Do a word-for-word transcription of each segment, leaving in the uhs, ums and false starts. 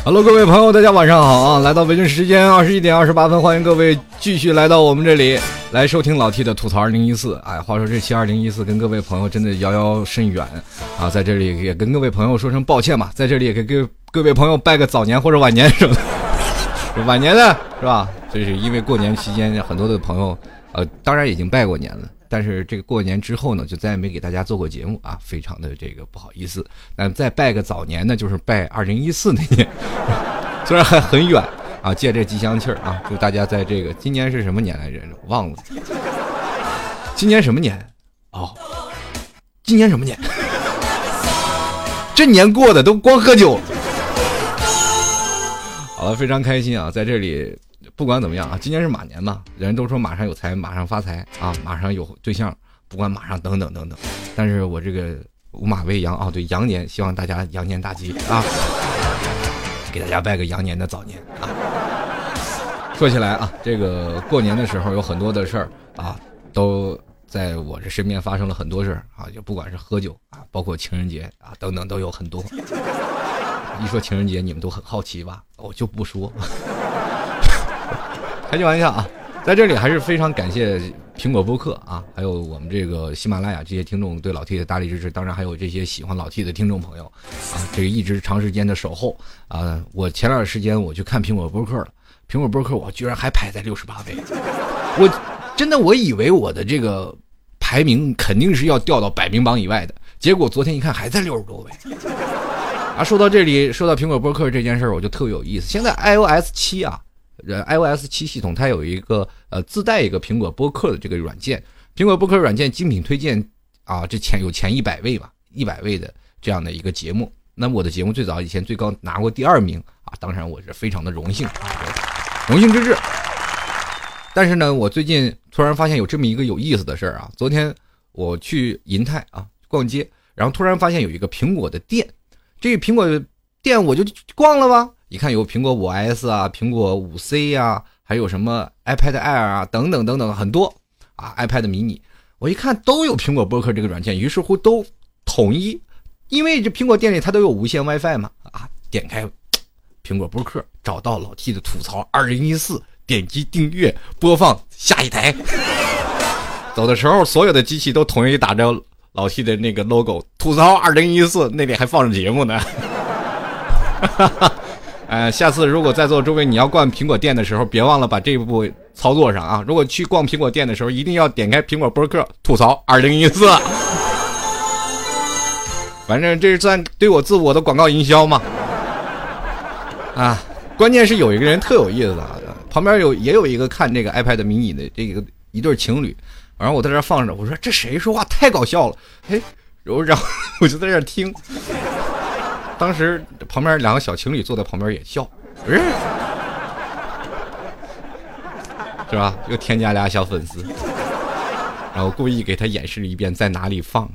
Hello， 各位朋友，大家晚上好啊！来到北京时间二十一点二十八分，欢迎各位继续来到我们这里来收听老 T 的吐槽二零一四。哎，话说这期二零一四跟各位朋友真的遥遥甚远啊，在这里也跟各位朋友说声抱歉吧，在这里也给各各位朋友拜个早年或者晚年什么的，晚年的是吧？这是因为过年期间很多的朋友，呃，当然已经拜过年了。但是这个过年之后呢，就再也没给大家做过节目啊，非常的这个不好意思。那再拜个早年呢，就是拜二零一四那年，虽然还很远啊，借这吉祥气儿啊，祝大家在这个今年是什么年来着？我忘了，今年什么年？哦，今年什么年？这年过的都光喝酒。好了，非常开心啊，在这里。不管怎么样啊，今年是马年嘛，人都说马上有财，马上发财啊，马上有对象，不管马上等等等等。但是我这个五马未羊啊，对羊年，希望大家羊年大吉啊，给大家拜个羊年的早年啊。说起来啊，这个过年的时候有很多的事儿啊，都在我这身边发生了很多事儿啊，就不管是喝酒啊，包括情人节啊等等都有很多。一说情人节，你们都很好奇吧？我就不说。开句玩笑啊，在这里还是非常感谢苹果播客啊，还有我们这个喜马拉雅这些听众对老 T 的大力支持，当然还有这些喜欢老 T 的听众朋友啊，这个一直长时间的守候啊。我前段时间我去看苹果播客了，苹果播客我居然还排在六十八位，我真的我以为我的这个排名肯定是要掉到百名榜以外的，结果昨天一看还在六十多位啊。说到这里，说到苹果播客这件事儿，我就特别有意思。现在 i O S 七啊。i O S 七系统它有一个呃自带一个苹果播客的这个软件，苹果播客软件精品推荐啊，这前有前一百位吧，一百位的这样的一个节目。那么我的节目最早以前最高拿过第二名啊，当然我是非常的荣幸，荣幸之至。但是呢，我最近突然发现有这么一个有意思的事儿啊，昨天我去银泰啊逛街，然后突然发现有一个苹果的店，这个苹果店我就逛了吧。一看有苹果 五 S 啊，苹果 五 C 啊，还有什么 iPad Air 啊，等等等等很多啊 ，iPad mini， 我一看都有苹果播客这个软件，于是乎都统一，因为这苹果店里它都有无线 WiFi 嘛，啊，点开苹果播客，找到老 T 的吐槽二零一四，点击订阅，播放下一台。走的时候，所有的机器都统一打着老 T 的那个 logo， 吐槽二零一四，那里还放着节目呢。呃，下次如果在座诸位你要逛苹果店的时候，别忘了把这一步操作上啊！如果去逛苹果店的时候，一定要点开苹果播客吐槽二零一四。反正这是算对我自我的广告营销嘛。啊，关键是有一个人特有意思啊，旁边有也有一个看这个 iPad mini 的这个一对情侣，然后我在这放着，我说这谁说话太搞笑了，嘿，然后然后我就在这听。当时旁边两个小情侣坐在旁边也笑，是是吧？又添加俩小粉丝，然后故意给他演示一遍在哪里放。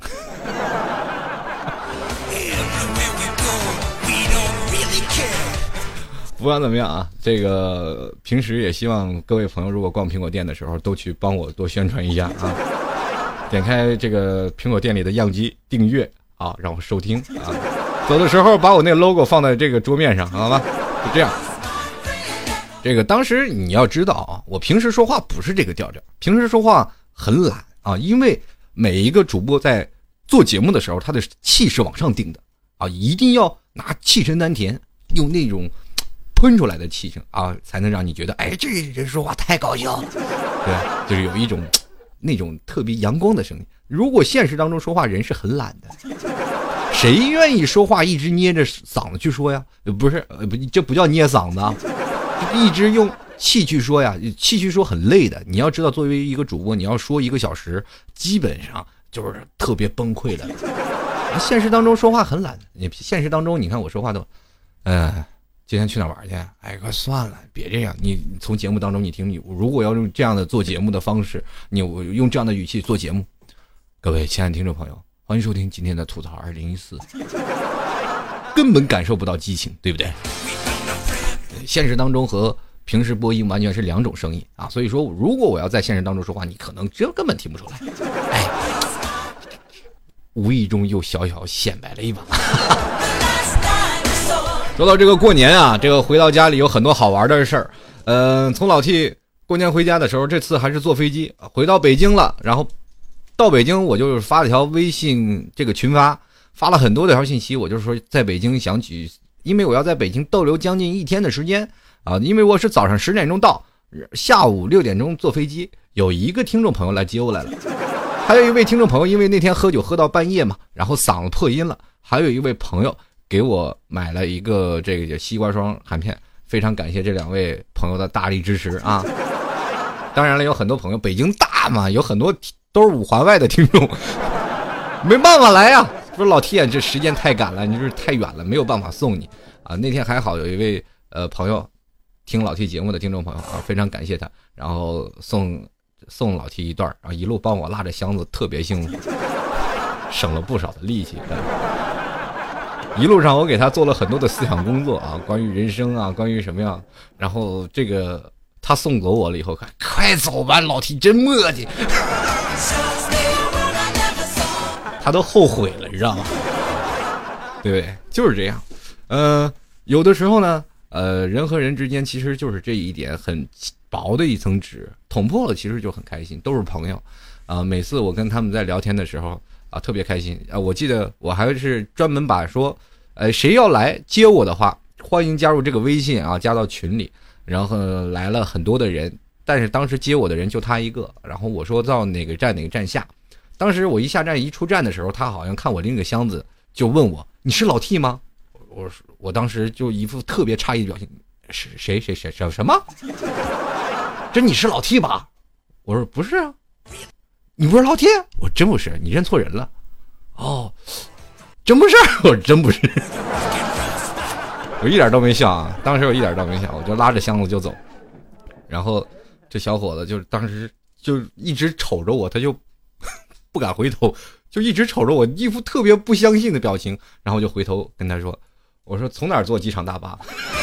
不管怎么样啊，这个平时也希望各位朋友如果逛苹果店的时候都去帮我多宣传一下啊，点开这个苹果店里的样机订阅啊，让我收听啊。走的时候把我那个 logo 放在这个桌面上，好吧？就这样。这个当时你要知道啊，我平时说话不是这个调调，平时说话很懒啊，因为每一个主播在做节目的时候，他的气是往上定的啊，一定要拿气沉丹田，用那种喷出来的气声啊，才能让你觉得，哎，这人说话太搞笑了，对，就是有一种那种特别阳光的声音。如果现实当中说话人是很懒的。谁愿意说话一直捏着嗓子去说呀？不是，不，这不叫捏嗓子啊，一直用气去说呀，气去说很累的。你要知道，作为一个主播，你要说一个小时，基本上就是特别崩溃的。现实当中说话很懒，你现实当中你看我说话都，呃，今天去哪玩去？哎，快算了，别这样。你从节目当中你听，你如果要用这样的做节目的方式，你用这样的语气做节目，各位亲爱的听众朋友。欢迎收听今天的吐槽二零一四，根本感受不到激情，对不对？现实当中和平时播音完全是两种声音啊，所以说如果我要在现实当中说话，你可能这根本听不出来。哎，无意中又小小显摆了一把。 说到这个过年啊，这个回到家里有很多好玩的事儿。嗯、呃，从老 T 过年回家的时候，这次还是坐飞机回到北京了。然后到北京，我就发了条微信这个群发，发了很多条信息。我就说在北京想举，因为我要在北京逗留将近一天的时间啊，因为我是早上十点钟到，下午六点钟坐飞机。有一个听众朋友来接我来了，还有一位听众朋友因为那天喝酒喝到半夜嘛，然后嗓子破音了。还有一位朋友给我买了一个这个西瓜霜含片，非常感谢这两位朋友的大力支持啊！当然了，有很多朋友，北京大嘛，有很多都是五环外的听众，没办法来呀。说老T这时间太赶了，你这太远了，没有办法送你啊。那天还好有一位呃朋友听老T节目的听众朋友啊，非常感谢他，然后送送老T一段，然后一路帮我拉着箱子，特别幸福，省了不少的力气。一路上我给他做了很多的思想工作啊，关于人生啊，关于什么样。然后这个他送走我了以后，快走吧，老T真磨叽，他都后悔了，你知道吗？对不对？就是这样。呃，有的时候呢，呃，人和人之间其实就是这一点很薄的一层纸，捅破了其实就很开心，都是朋友啊、呃。每次我跟他们在聊天的时候。啊，特别开心啊！我记得我还是专门把说，呃，谁要来接我的话，欢迎加入这个微信啊，加到群里。然后来了很多的人，但是当时接我的人就他一个。然后我说到哪个站哪个站下，当时我一下站一出站的时候，他好像看我拎个箱子，就问我你是老 T 吗？我我当时就一副特别诧异的表情，是谁谁谁谁什么？这你是老 T 吧？我说不是啊。你不是老 T？ 我真不是，你认错人了。哦，真不是，我真不是。我一点都没笑啊，当时我一点都没笑，我就拉着箱子就走。然后这小伙子就当时就一直瞅着我，他就不敢回头，就一直瞅着我，一副特别不相信的表情。然后就回头跟他说：“我说从哪儿坐机场大巴？”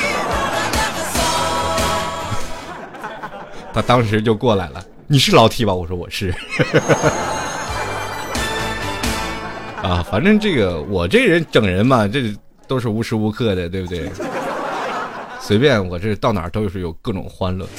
他当时就过来了。你是老 T 吧？我说我是。啊，反正这个我这人整人嘛，这都是无时无刻的，对不对？随便我这到哪儿都是有各种欢乐。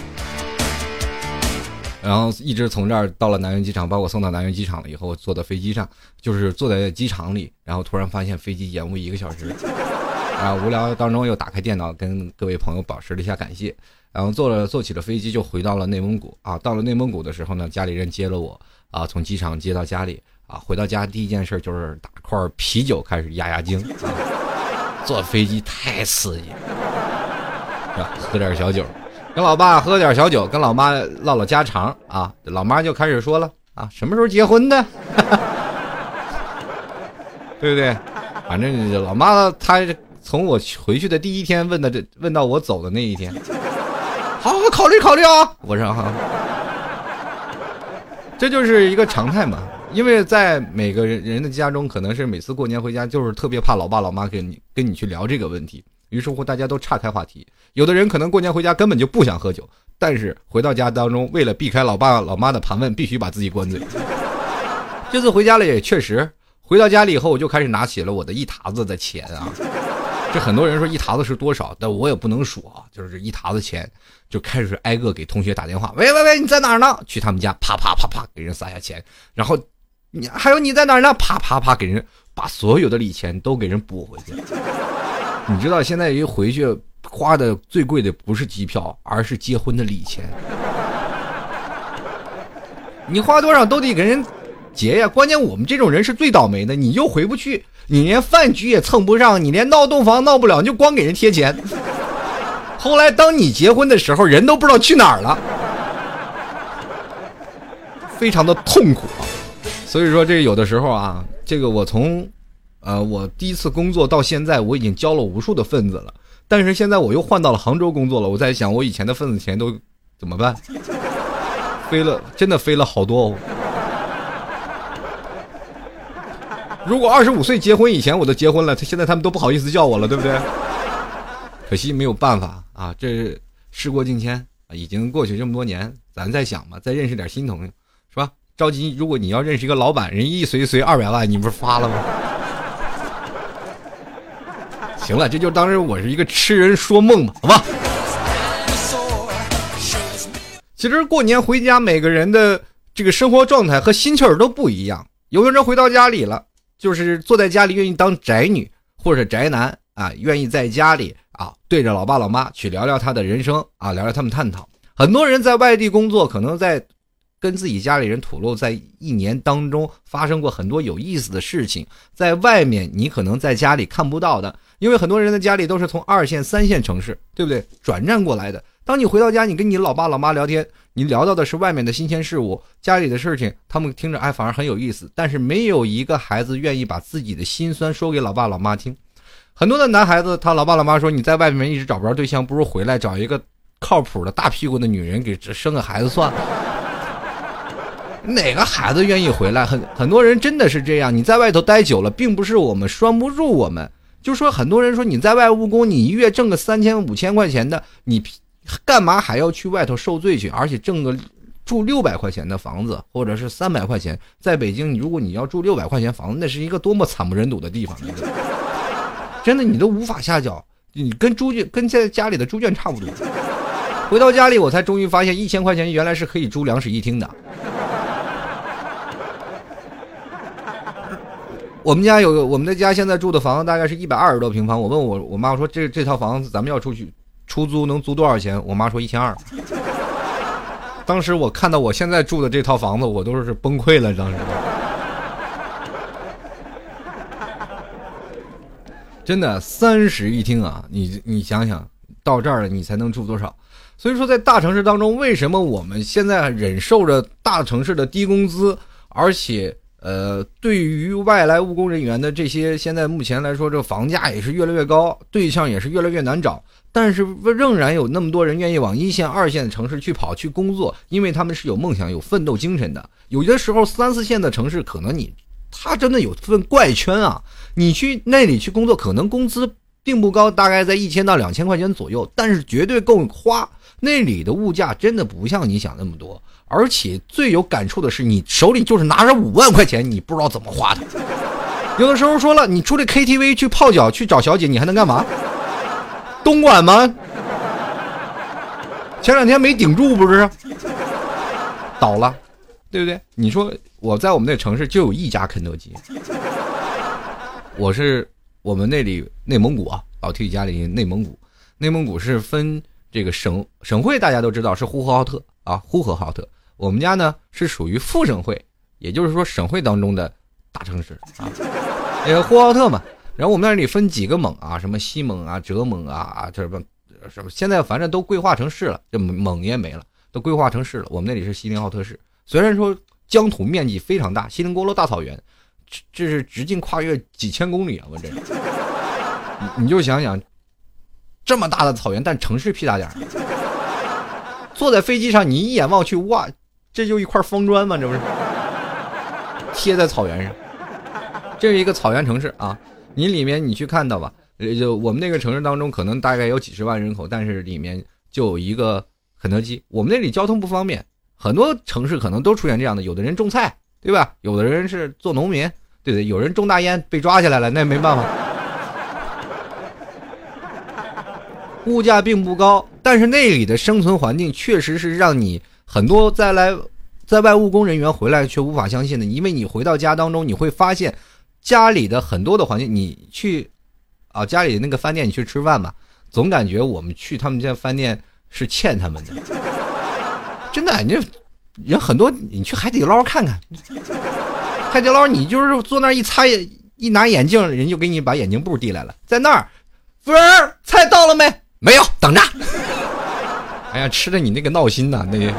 然后一直从这儿到了南苑机场，把我送到南苑机场了以后，坐到飞机上，就是坐在机场里，然后突然发现飞机延误一个小时。啊，无聊当中又打开电脑跟各位朋友表示了一下感谢。然后坐了坐起了飞机就回到了内蒙古啊，到了内蒙古的时候呢，家里人接了我啊，从机场接到家里啊，回到家第一件事就是打块啤酒开始压压惊啊，坐飞机太刺激了，喝点小酒，跟老爸喝点小酒，跟老妈唠唠家常啊，老妈就开始说了啊，什么时候结婚的？对不对？反正老妈她从我回去的第一天问的这问到我走的那一天。好好考虑考虑啊！我说哈，这就是一个常态嘛。因为在每个人的家中，可能是每次过年回家，就是特别怕老爸老妈跟你跟你去聊这个问题。于是乎，大家都岔开话题。有的人可能过年回家根本就不想喝酒，但是回到家当中，为了避开老爸老妈的盘问，必须把自己灌醉。这次回家了也确实，回到家里以后，我就开始拿起了我的一沓子的钱啊。这很多人说一沓子是多少，但我也不能数啊，就是一沓子钱，就开始挨个给同学打电话，喂喂喂，你在哪儿呢？去他们家，啪啪啪啪给人撒下钱，然后你还有你在哪儿呢？啪啪啪给人把所有的礼钱都给人补回去。你知道现在一回去花的最贵的不是机票，而是结婚的礼钱。你花多少都得给人结呀，关键我们这种人是最倒霉的，你又回不去。你连饭局也蹭不上，你连闹洞房闹不了，你就光给人贴钱。后来当你结婚的时候，人都不知道去哪儿了，非常的痛苦啊。所以说这有的时候啊，这个我从呃我第一次工作到现在，我已经交了无数的份子了，但是现在我又换到了杭州工作了，我在想我以前的份子钱都怎么办？飞了，真的飞了好多哦。如果二十五岁结婚以前我都结婚了，现在他们都不好意思叫我了，对不对？可惜没有办法啊，这事过境迁啊，已经过去这么多年，咱再想吧，再认识点新朋友，是吧？着急，如果你要认识一个老板，人一随随二百万，你不是发了吗？ 行了，这就当时我是一个痴人说梦吧，好吧。其实过年回家，每个人的这个生活状态和心气儿都不一样。有的人回到家里了，就是坐在家里愿意当宅女或者宅男啊，愿意在家里啊对着老爸老妈去聊聊他的人生啊，聊聊他们探讨。很多人在外地工作，可能在跟自己家里人吐露，在一年当中发生过很多有意思的事情，在外面你可能在家里看不到的，因为很多人的家里都是从二线三线城市，对不对，转战过来的。当你回到家，你跟你老爸老妈聊天，你聊到的是外面的新鲜事物，家里的事情，他们听着哎反而很有意思，但是没有一个孩子愿意把自己的心酸说给老爸老妈听。很多的男孩子，他老爸老妈说你在外面一直找不着对象，不如回来找一个靠谱的大屁股的女人给生个孩子算了。哪个孩子愿意回来？很很多人真的是这样，你在外头待久了，并不是我们拴不住我们，就说很多人说你在外务工，你一月挣个三千五千块钱的，你干嘛还要去外头受罪去？而且挣个住六百块钱的房子，或者是三百块钱，在北京，如果你要住六百块钱房子，那是一个多么惨不忍睹的地方，真的你都无法下脚，你跟猪圈跟在家里的猪圈差不多。回到家里，我才终于发现一千块钱原来是可以租两室一厅的。我们家有我们的家现在住的房子大概是一百二十多平方，我问我我妈我说这这套房子咱们要出去出租能租多少钱？我妈说一千二。当时我看到我现在住的这套房子，我都是崩溃了。当时真的三室一厅啊，你你想想到这儿了，你才能住多少？所以说，在大城市当中，为什么我们现在忍受着大城市的低工资，而且呃，对于外来务工人员的这些，现在目前来说，这个房价也是越来越高，对象也是越来越难找，但是仍然有那么多人愿意往一线、二线的城市去跑去工作，因为他们是有梦想、有奋斗精神的。有的时候，三四线的城市可能你他真的有份怪圈啊，你去那里去工作，可能工资并不高，大概在一千到两千块钱左右，但是绝对够花。那里的物价真的不像你想那么多。而且最有感触的是，你手里就是拿着五万块钱，你不知道怎么花的。有的时候说了，你出来 K T V 去泡脚去找小姐，你还能干嘛？东莞吗？前两天没顶住不是？倒了，对不对？你说我在我们那城市就有一家肯德基，我是我们那里内蒙古啊，老 T 家里内蒙古，内蒙古是分这个省省会，大家都知道是呼和浩特啊，呼和浩特。我们家呢是属于副省会，也就是说省会当中的大城市啊，那个呼和浩特嘛。然后我们那里分几个蒙啊，什么西蒙啊、浙蒙啊啊，这什么什么，现在反正都规划成市了，这蒙也没了，都规划成市了。我们那里是锡林浩特市，虽然说疆土面积非常大，锡林郭勒大草原，这是直径跨越几千公里啊！我这，你, 你就想想，这么大的草原，但城市屁大点儿。坐在飞机上，你一眼望去，哇，这就一块方砖嘛，这不是贴在草原上。这是一个草原城市啊，你里面你去看到吧，就我们那个城市当中，可能大概有几十万人口，但是里面就有一个肯德基。我们那里交通不方便，很多城市可能都出现这样的，有的人种菜，对吧？有的人是做农民，对不对？有人种大烟被抓起来了，那没办法。物价并不高，但是那里的生存环境确实是让你很多在来在外务工人员回来却无法相信的，因为你回到家当中，你会发现家里的很多的环境，你去啊家里那个饭店你去吃饭吧，总感觉我们去他们家饭店是欠他们的。真的，你人很多，你去海底捞看看，海底捞你就是坐那儿一擦一拿眼镜，人就给你把眼镜布递来了，在那儿，服务员，菜到了没？没有，等着。哎呀，吃的你那个闹心呐，那个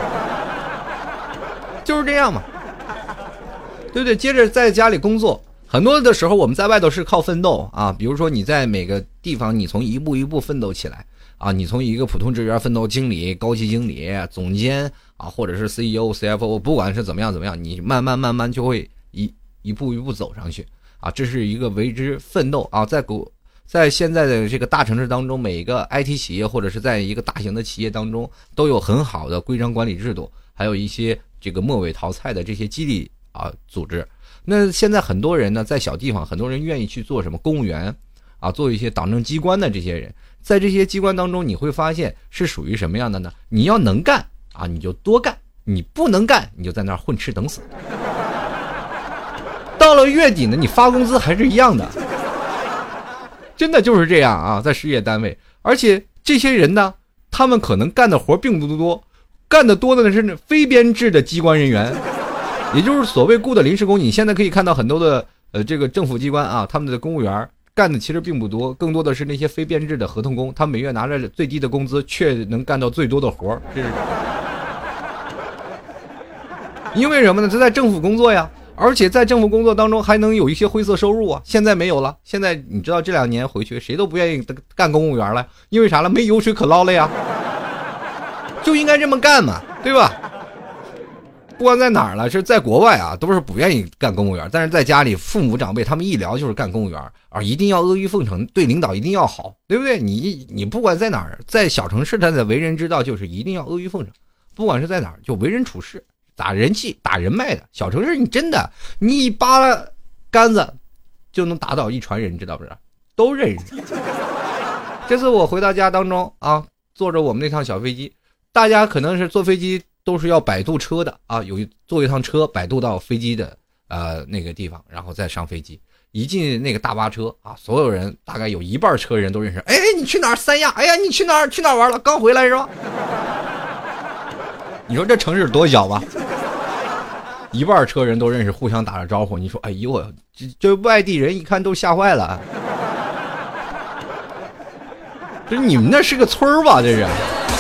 就是这样嘛，对不对？接着在家里工作，很多的时候我们在外头是靠奋斗啊，比如说你在每个地方，你从一步一步奋斗起来啊，你从一个普通职员奋斗经理、高级经理、总监啊，或者是 C E O、C F O， 不管是怎么样怎么样，你慢慢慢慢就会一一步一步走上去啊，这是一个为之奋斗啊，在国。在现在的这个大城市当中，每一个 I T 企业或者是在一个大型的企业当中，都有很好的规章管理制度，还有一些这个末尾淘汰的这些激励啊组织。那现在很多人呢，在小地方，很多人愿意去做什么公务员啊，做一些党政机关的这些人，在这些机关当中，你会发现是属于什么样的呢？你要能干啊，你就多干；你不能干，你就在那儿混吃等死。到了月底呢，你发工资还是一样的，真的就是这样啊，在事业单位，而且这些人呢，他们可能干的活并不多，干的多的是非编制的机关人员，也就是所谓雇的临时工。你现在可以看到很多的呃这个政府机关啊，他们的公务员干的其实并不多，更多的是那些非编制的合同工，他每月拿着最低的工资，却能干到最多的活，这是因为什么呢？他在政府工作呀，而且在政府工作当中还能有一些灰色收入啊。现在没有了，现在你知道这两年回去谁都不愿意干公务员了，因为啥了？没油水可捞了呀，就应该这么干嘛，对吧？不管在哪儿了，是在国外啊，都是不愿意干公务员，但是在家里，父母长辈他们一聊就是干公务员啊，一定要阿谀奉承，对领导一定要好，对不对？你你不管在哪儿，在小城市他的为人之道就是一定要阿谀奉承，不管是在哪儿，就为人处事，打人气、打人脉的。小城市你真的，你一扒拉杆子就能打倒一船人，知道不知道？都认识。这次我回到家当中啊，坐着我们那趟小飞机，大家可能是坐飞机都是要摆渡车的啊，有坐一趟车摆渡到飞机的呃那个地方，然后再上飞机。一进那个大巴车啊，所有人大概有一半车人都认识。哎，你去哪儿？三亚？哎呀，你去哪儿？去哪儿玩了？刚回来是吧？你说这城市多小吧？一半车人都认识，互相打着招呼。你说，哎呦，这这外地人一看都吓坏了。这你们那是个村儿吧？这是。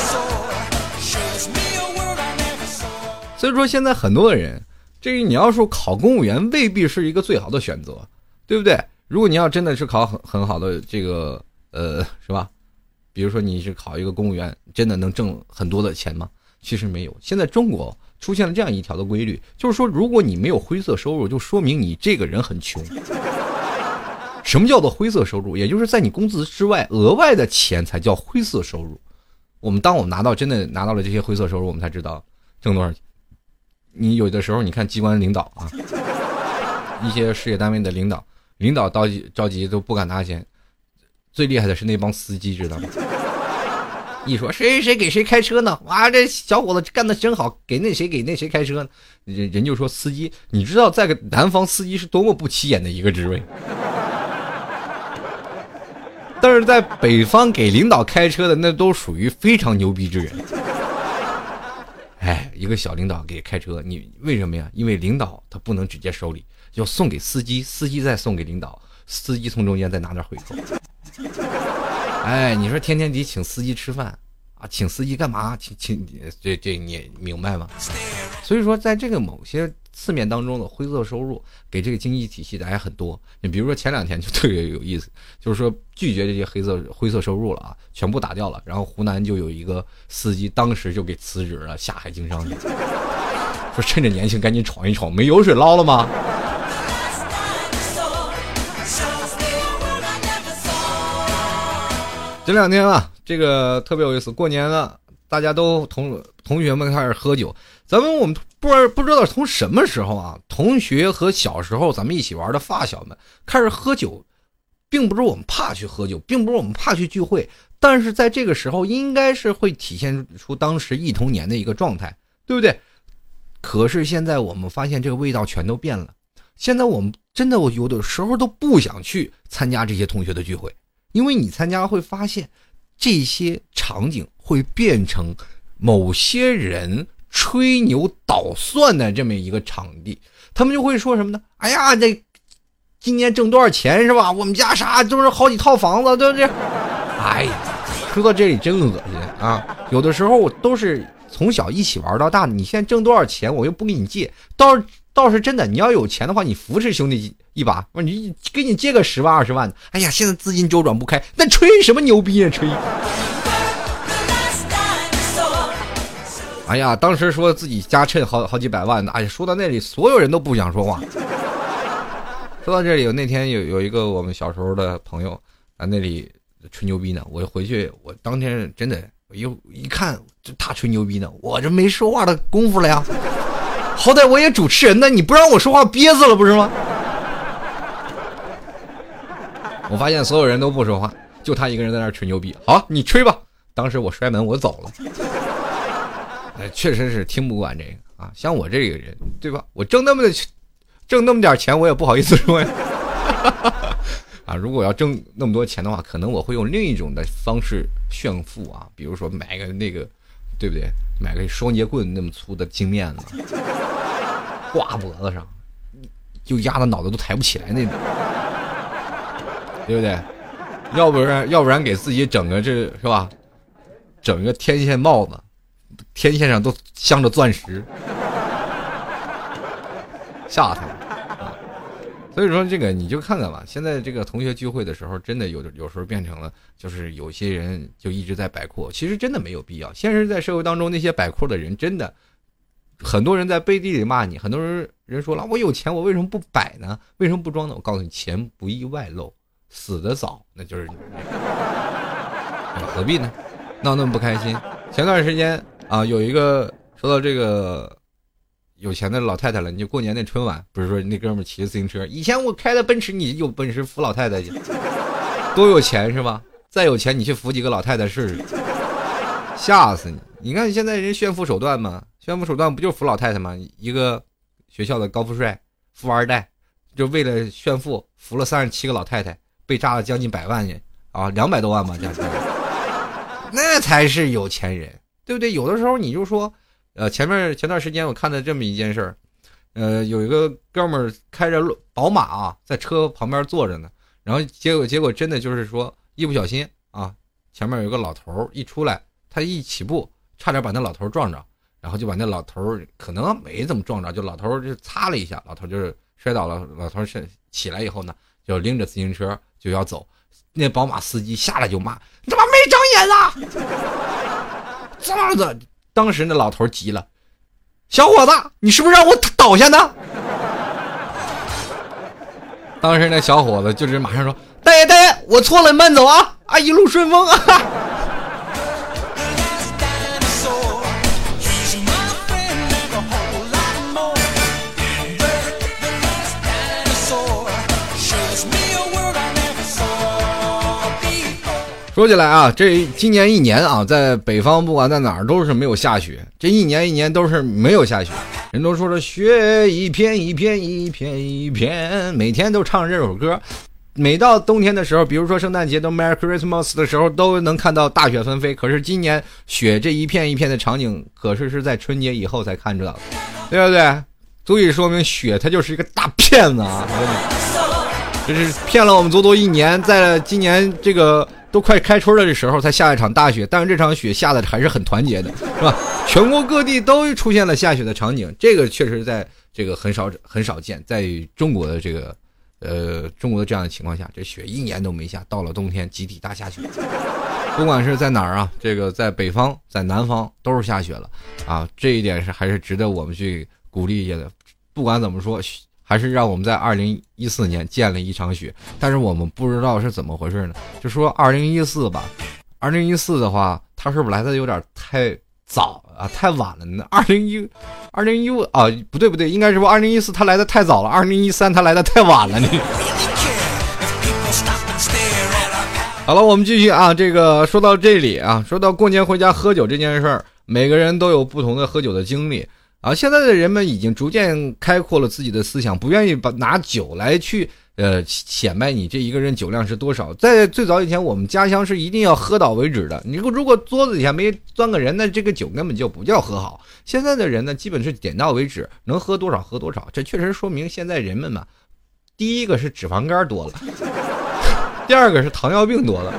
所以说现在很多的人，这个你要说考公务员未必是一个最好的选择，对不对？如果你要真的是考很很好的这个呃是吧？比如说你是考一个公务员，真的能挣很多的钱吗？其实没有。现在中国出现了这样一条的规律，就是说如果你没有灰色收入，就说明你这个人很穷。什么叫做灰色收入？也就是在你工资之外额外的钱才叫灰色收入。我们当我们拿到真的拿到了这些灰色收入，我们才知道挣多少钱。你有的时候你看机关领导啊，一些事业单位的领导领导着急着急都不敢拿钱，最厉害的是那帮司机，知道吗？一说谁谁给谁开车呢？哇，这小伙子干得真好，给那谁给那谁开车呢？人人就说司机，你知道在个南方司机是多么不起眼的一个职位，但是在北方给领导开车的那都属于非常牛逼之人。哎，一个小领导给开车，你为什么呀？因为领导他不能直接收礼，要送给司机，司机再送给领导，司机从中间再拿点回扣。哎，你说天天得请司机吃饭啊，请司机干嘛？请请这这你明白吗？所以说，在这个某些次面当中的灰色收入，给这个经济体系的还很多。你比如说前两天就特别有意思，就是说拒绝这些黑色灰色收入了啊，全部打掉了。然后湖南就有一个司机，当时就给辞职了，下海经商去，说趁着年轻赶紧闯一闯，没油水捞了吗？这两天啊，这个特别有意思，过年了，大家都同同学们开始喝酒。咱们我们不知道不知道从什么时候啊，同学和小时候咱们一起玩的发小们开始喝酒，并不是我们怕去喝酒，并不是我们怕去聚会，但是在这个时候应该是会体现出当时忆童年的一个状态，对不对？可是现在我们发现这个味道全都变了，现在我们真的我有的时候都不想去参加这些同学的聚会。因为你参加会发现这些场景会变成某些人吹牛捣蒜的这么一个场地，他们就会说什么呢？哎呀，这今年挣多少钱是吧？我们家啥都是好几套房子，对不对？哎呀，说到这里真恶心啊！有的时候都是从小一起玩到大的，你现在挣多少钱我又不给你借，倒是倒是真的，你要有钱的话，你扶持兄弟一把，你给你借个十万二十万的。哎呀，现在资金周转不开，那吹什么牛逼啊吹！哎呀，当时说自己家趁好好几百万的，哎呀，说到那里，所有人都不想说话。说到这里，有那天有有一个我们小时候的朋友啊，那里吹牛逼呢，我回去，我当天真的，我一一看，这他吹牛逼呢，我这没说话的功夫了呀。好歹我也主持人呢，你不让我说话憋死了不是吗？ 我发现所有人都不说话，就他一个人在那儿吹牛逼。好，你吹吧。当时我摔门我走了。哎，确实是听不惯这个啊。像我这个人，对吧？我挣那么的挣那么点钱，我也不好意思说呀。啊，如果要挣那么多钱的话，可能我会用另一种的方式炫富啊，比如说买个那个，对不对？买个双节棍那么粗的金链子，挂脖子上，就压得脑袋都抬不起来那种，对不对？要不然要不然给自己整个这是吧？整个天线帽子，天线上都镶着钻石，吓他们。所以说这个你就看看吧，现在这个同学聚会的时候，真的有有时候变成了，就是有些人就一直在摆阔，其实真的没有必要。现实在社会当中，那些摆阔的人，真的很多人在背地里骂你，很多人人说了，我有钱，我为什么不摆呢？为什么不装呢？我告诉你，钱不易外露，死得早，那就是你，何必呢？闹那么不开心。前段时间啊，有一个说到这个。有钱的老太太了，你就过年那春晚，不是说那哥们儿骑着自行车，以前我开的奔驰，你有本事扶老太太去，多有钱是吧？再有钱你去扶几个老太太试试，吓死你！你看现在人炫富手段嘛，炫富手段不就扶老太太吗？一个学校的高富帅、富二代，就为了炫富，扶了三十七个老太太，被炸了将近百万啊，两百多万吧，加起来，那才是有钱人，对不对？有的时候你就说。呃，前面前段时间我看的这么一件事儿，呃，有一个哥们儿开着宝马啊，在车旁边坐着呢，然后结果结果真的就是说一不小心啊，前面有个老头一出来，他一起步差点把那老头撞着，然后就把那老头可能没怎么撞着，就老头就擦了一下，老头就是摔倒了，老头是起来以后呢，就拎着自行车就要走，那宝马司机下来就骂：“你他妈没长眼啊！”这样子。当时那老头急了，小伙子，你是不是让我倒下呢？当时那小伙子就是马上说：“大爷大爷，我错了，你慢走啊，啊，一路顺风啊。”说起来啊，这今年一年啊，在北方不管在哪儿都是没有下雪，这一年一年都是没有下雪。人都说着雪一片一片一片一片，每天都唱这首歌。每到冬天的时候，比如说圣诞节都 Merry Christmas 的时候，都能看到大雪纷飞。可是今年雪这一片一片的场景，可是是在春节以后才看着的，对不对？足以说明雪它就是一个大骗子啊！这是骗了我们足足一年，在今年这个都快开春了的时候才下一场大雪，但是这场雪下的还是很团结的，是吧？全国各地都出现了下雪的场景，这个确实在这个很少很少见，在于中国的这个呃中国的这样的情况下，这雪一年都没下，到了冬天集体大下雪。不管是在哪儿啊，这个在北方在南方都是下雪了啊，这一点是还是值得我们去鼓励一下的。不管怎么说，还是让我们在二零一四年见了一场雪，但是我们不知道是怎么回事呢？就说二零一四吧，二零一四的话，它是不是来的有点太早啊，太晚了呢？二零一，二零一五啊，不对不对，应该是说二零一四它来的太早了，二零一三它来的太晚了。你好了，我们继续啊，这个说到这里啊，说到过年回家喝酒这件事儿，每个人都有不同的喝酒的经历。啊，现在的人们已经逐渐开阔了自己的思想，不愿意把拿酒来去呃显摆你这一个人酒量是多少。在最早以前，我们家乡是一定要喝倒为止的。你如果桌子底下没钻个人，那这个酒根本就不叫喝好。现在的人呢，基本是点到为止，能喝多少喝多少。这确实说明现在人们嘛，第一个是脂肪肝多了，第二个是糖尿病多了。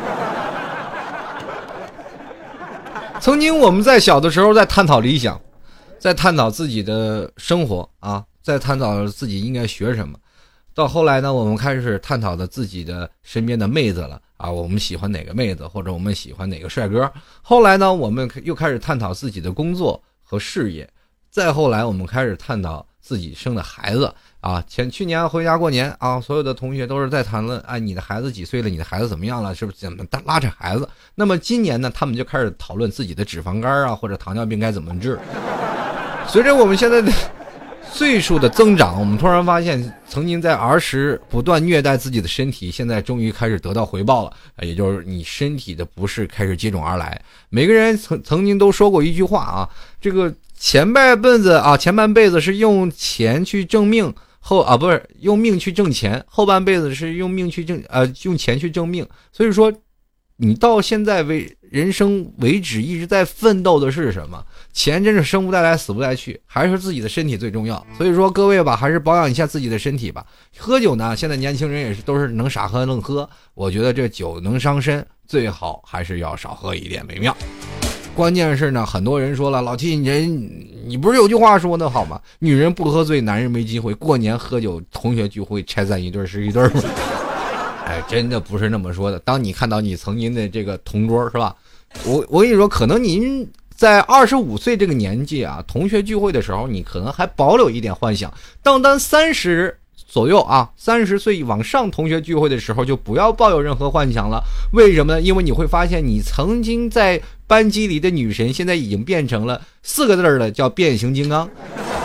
曾经我们在小的时候在探讨理想，在探讨自己的生活啊，在探讨自己应该学什么。到后来呢，我们开始探讨的自己的身边的妹子了啊，我们喜欢哪个妹子，或者我们喜欢哪个帅哥。后来呢，我们又开始探讨自己的工作和事业。再后来，我们开始探讨自己生的孩子啊。前去年回家过年啊，所有的同学都是在谈论，哎，你的孩子几岁了？你的孩子怎么样了？是不是怎么拉扯孩子？那么今年呢，他们就开始讨论自己的脂肪肝啊，或者糖尿病该怎么治。随着我们现在的岁数的增长，我们突然发现曾经在儿时不断虐待自己的身体，现在终于开始得到回报了，也就是你身体的不适开始接踵而来。每个人曾曾经都说过一句话啊，这个前半辈子啊，前半辈子是用钱去挣命，后啊不是用命去挣钱，后半辈子是用命去挣呃用钱去挣命。所以说你到现在为人生为止一直在奋斗的是什么？钱真是生不带来死不带去，还是自己的身体最重要。所以说各位吧，还是保养一下自己的身体吧。喝酒呢，现在年轻人也是都是能傻喝愣喝，我觉得这酒能伤身，最好还是要少喝一点为妙。关键是呢，很多人说了，老 T 人你不是有句话说的好吗？女人不喝醉，男人没机会。过年喝酒，同学聚会，拆散一对是一对吗？哎，真的不是那么说的。当你看到你曾经的这个同桌，是吧？我我跟你说，可能您在二十五岁这个年纪啊，同学聚会的时候，你可能还保留一点幻想。当当三十左右啊，三十岁往上同学聚会的时候，就不要抱有任何幻想了。为什么呢？因为你会发现，你曾经在班级里的女神，现在已经变成了四个字的，叫变形金刚。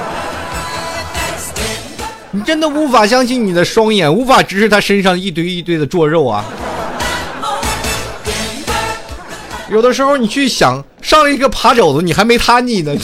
你真的无法相信你的双眼，无法直视他身上一堆一堆的赘肉啊！有的时候你去想，上了一个爬肘子，你还没他腻呢，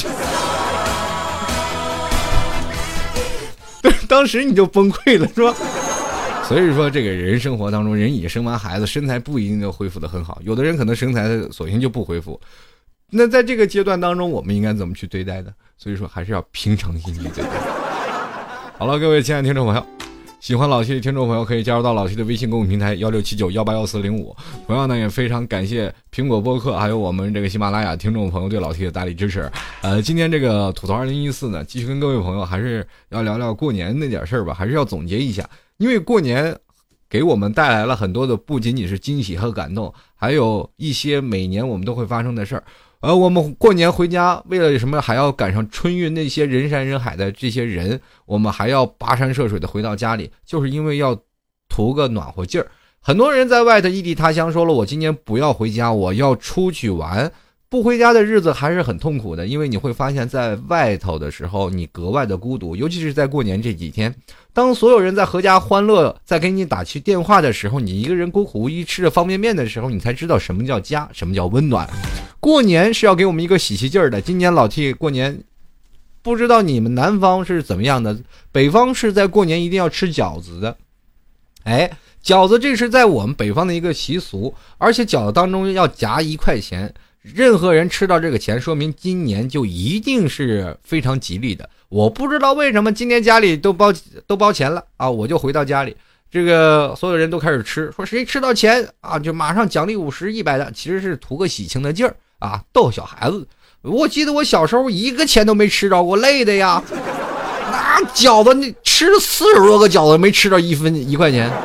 当时你就崩溃了，是吧？所以说，这个人生活当中，人已经生完孩子，身材不一定就恢复得很好，有的人可能身材索性就不恢复。那在这个阶段当中，我们应该怎么去对待的？所以说，还是要平常心去对待。好了，各位亲爱的听众朋友，喜欢老 T 的听众朋友可以加入到老 T 的微信公众平台幺六七九幺八幺四零五。同样呢，也非常感谢苹果播客还有我们这个喜马拉雅听众朋友对老 T 的大力支持。呃，今天这个吐槽二零一四呢，继续跟各位朋友还是要聊聊过年那点事儿吧，还是要总结一下，因为过年给我们带来了很多的不仅仅是惊喜和感动，还有一些每年我们都会发生的事儿。呃，我们过年回家，为了什么还要赶上春运那些人山人海的这些人，我们还要跋山涉水的回到家里，就是因为要图个暖和劲儿。很多人在外头异地他乡说了，我今年不要回家，我要出去玩。不回家的日子还是很痛苦的，因为你会发现在外头的时候你格外的孤独，尤其是在过年这几天，当所有人在阖家欢乐，在给你打去电话的时候，你一个人孤苦无依吃着方便面的时候，你才知道什么叫家，什么叫温暖。过年是要给我们一个喜气劲儿的。今年老 T 过年，不知道你们南方是怎么样的，北方是在过年一定要吃饺子的。哎，饺子这是在我们北方的一个习俗，而且饺子当中要夹一块钱，任何人吃到这个钱，说明今年就一定是非常吉利的。我不知道为什么今年家里都包都包钱了啊！我就回到家里，这个所有人都开始吃，说谁吃到钱啊，就马上奖励五十、一百的，其实是图个喜庆的劲儿啊，逗小孩子。我记得我小时候一个钱都没吃着过，累的呀。那饺子你吃了四十多个饺子，没吃到一分一块钱。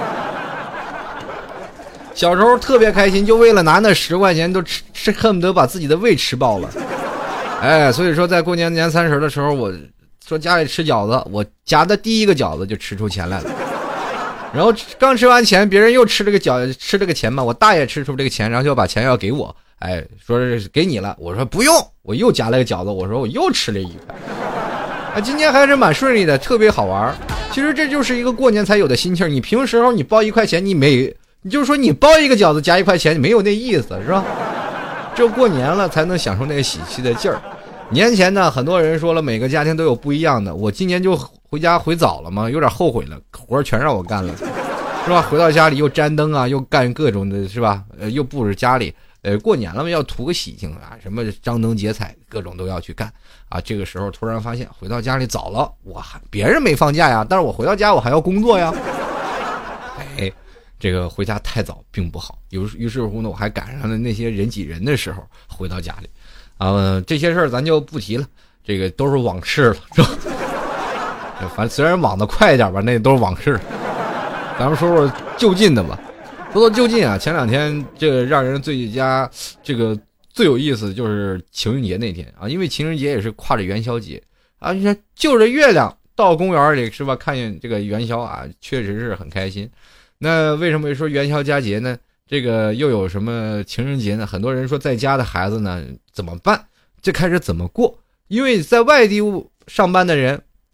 小时候特别开心，就为了拿那十块钱都吃吃恨不得把自己的胃吃爆了。哎，所以说在过年年三十的时候，我说家里吃饺子，我夹的第一个饺子就吃出钱来了。然后刚吃完钱，别人又吃了个饺吃了个钱嘛，我大爷吃出这个钱，然后就把钱要给我，哎，说是给你了，我说不用，我又夹了个饺子，我说我又吃了一块。啊，今年还是蛮顺利的，特别好玩。其实这就是一个过年才有的心气儿，你平时时候你包一块钱，你没。你就说你包一个饺子夹一块钱，没有那意思，是吧？只有过年了才能享受那个喜气的劲儿。年前呢，很多人说了，每个家庭都有不一样的。我今年就回家回早了嘛，有点后悔了，活儿全让我干了，是吧？回到家里又粘灯啊，又干各种的，是吧？呃，又布置家里。呃，过年了嘛，要图个喜庆啊，什么张灯结彩，各种都要去干啊。这个时候突然发现回到家里早了，我还别人没放假呀，但是我回到家我还要工作呀。哎。这个回家太早并不好，于于是乎呢，我还赶上了那些人挤人的时候回到家里，啊、呃，这些事儿咱就不提了，这个都是往事了，是吧？反正虽然往得快一点吧，那都是往事。咱们说说就近的吧。说到就近啊，前两天这个让人最佳这个最有意思就是情人节那天啊，因为情人节也是跨着元宵节啊，你看就着月亮到公园里是吧，看见这个元宵啊，确实是很开心。那为什么说元宵佳节呢？这个又有什么情人节呢？很多人说在家的孩子呢怎么办？这开始怎么过？因为在外地上班的人，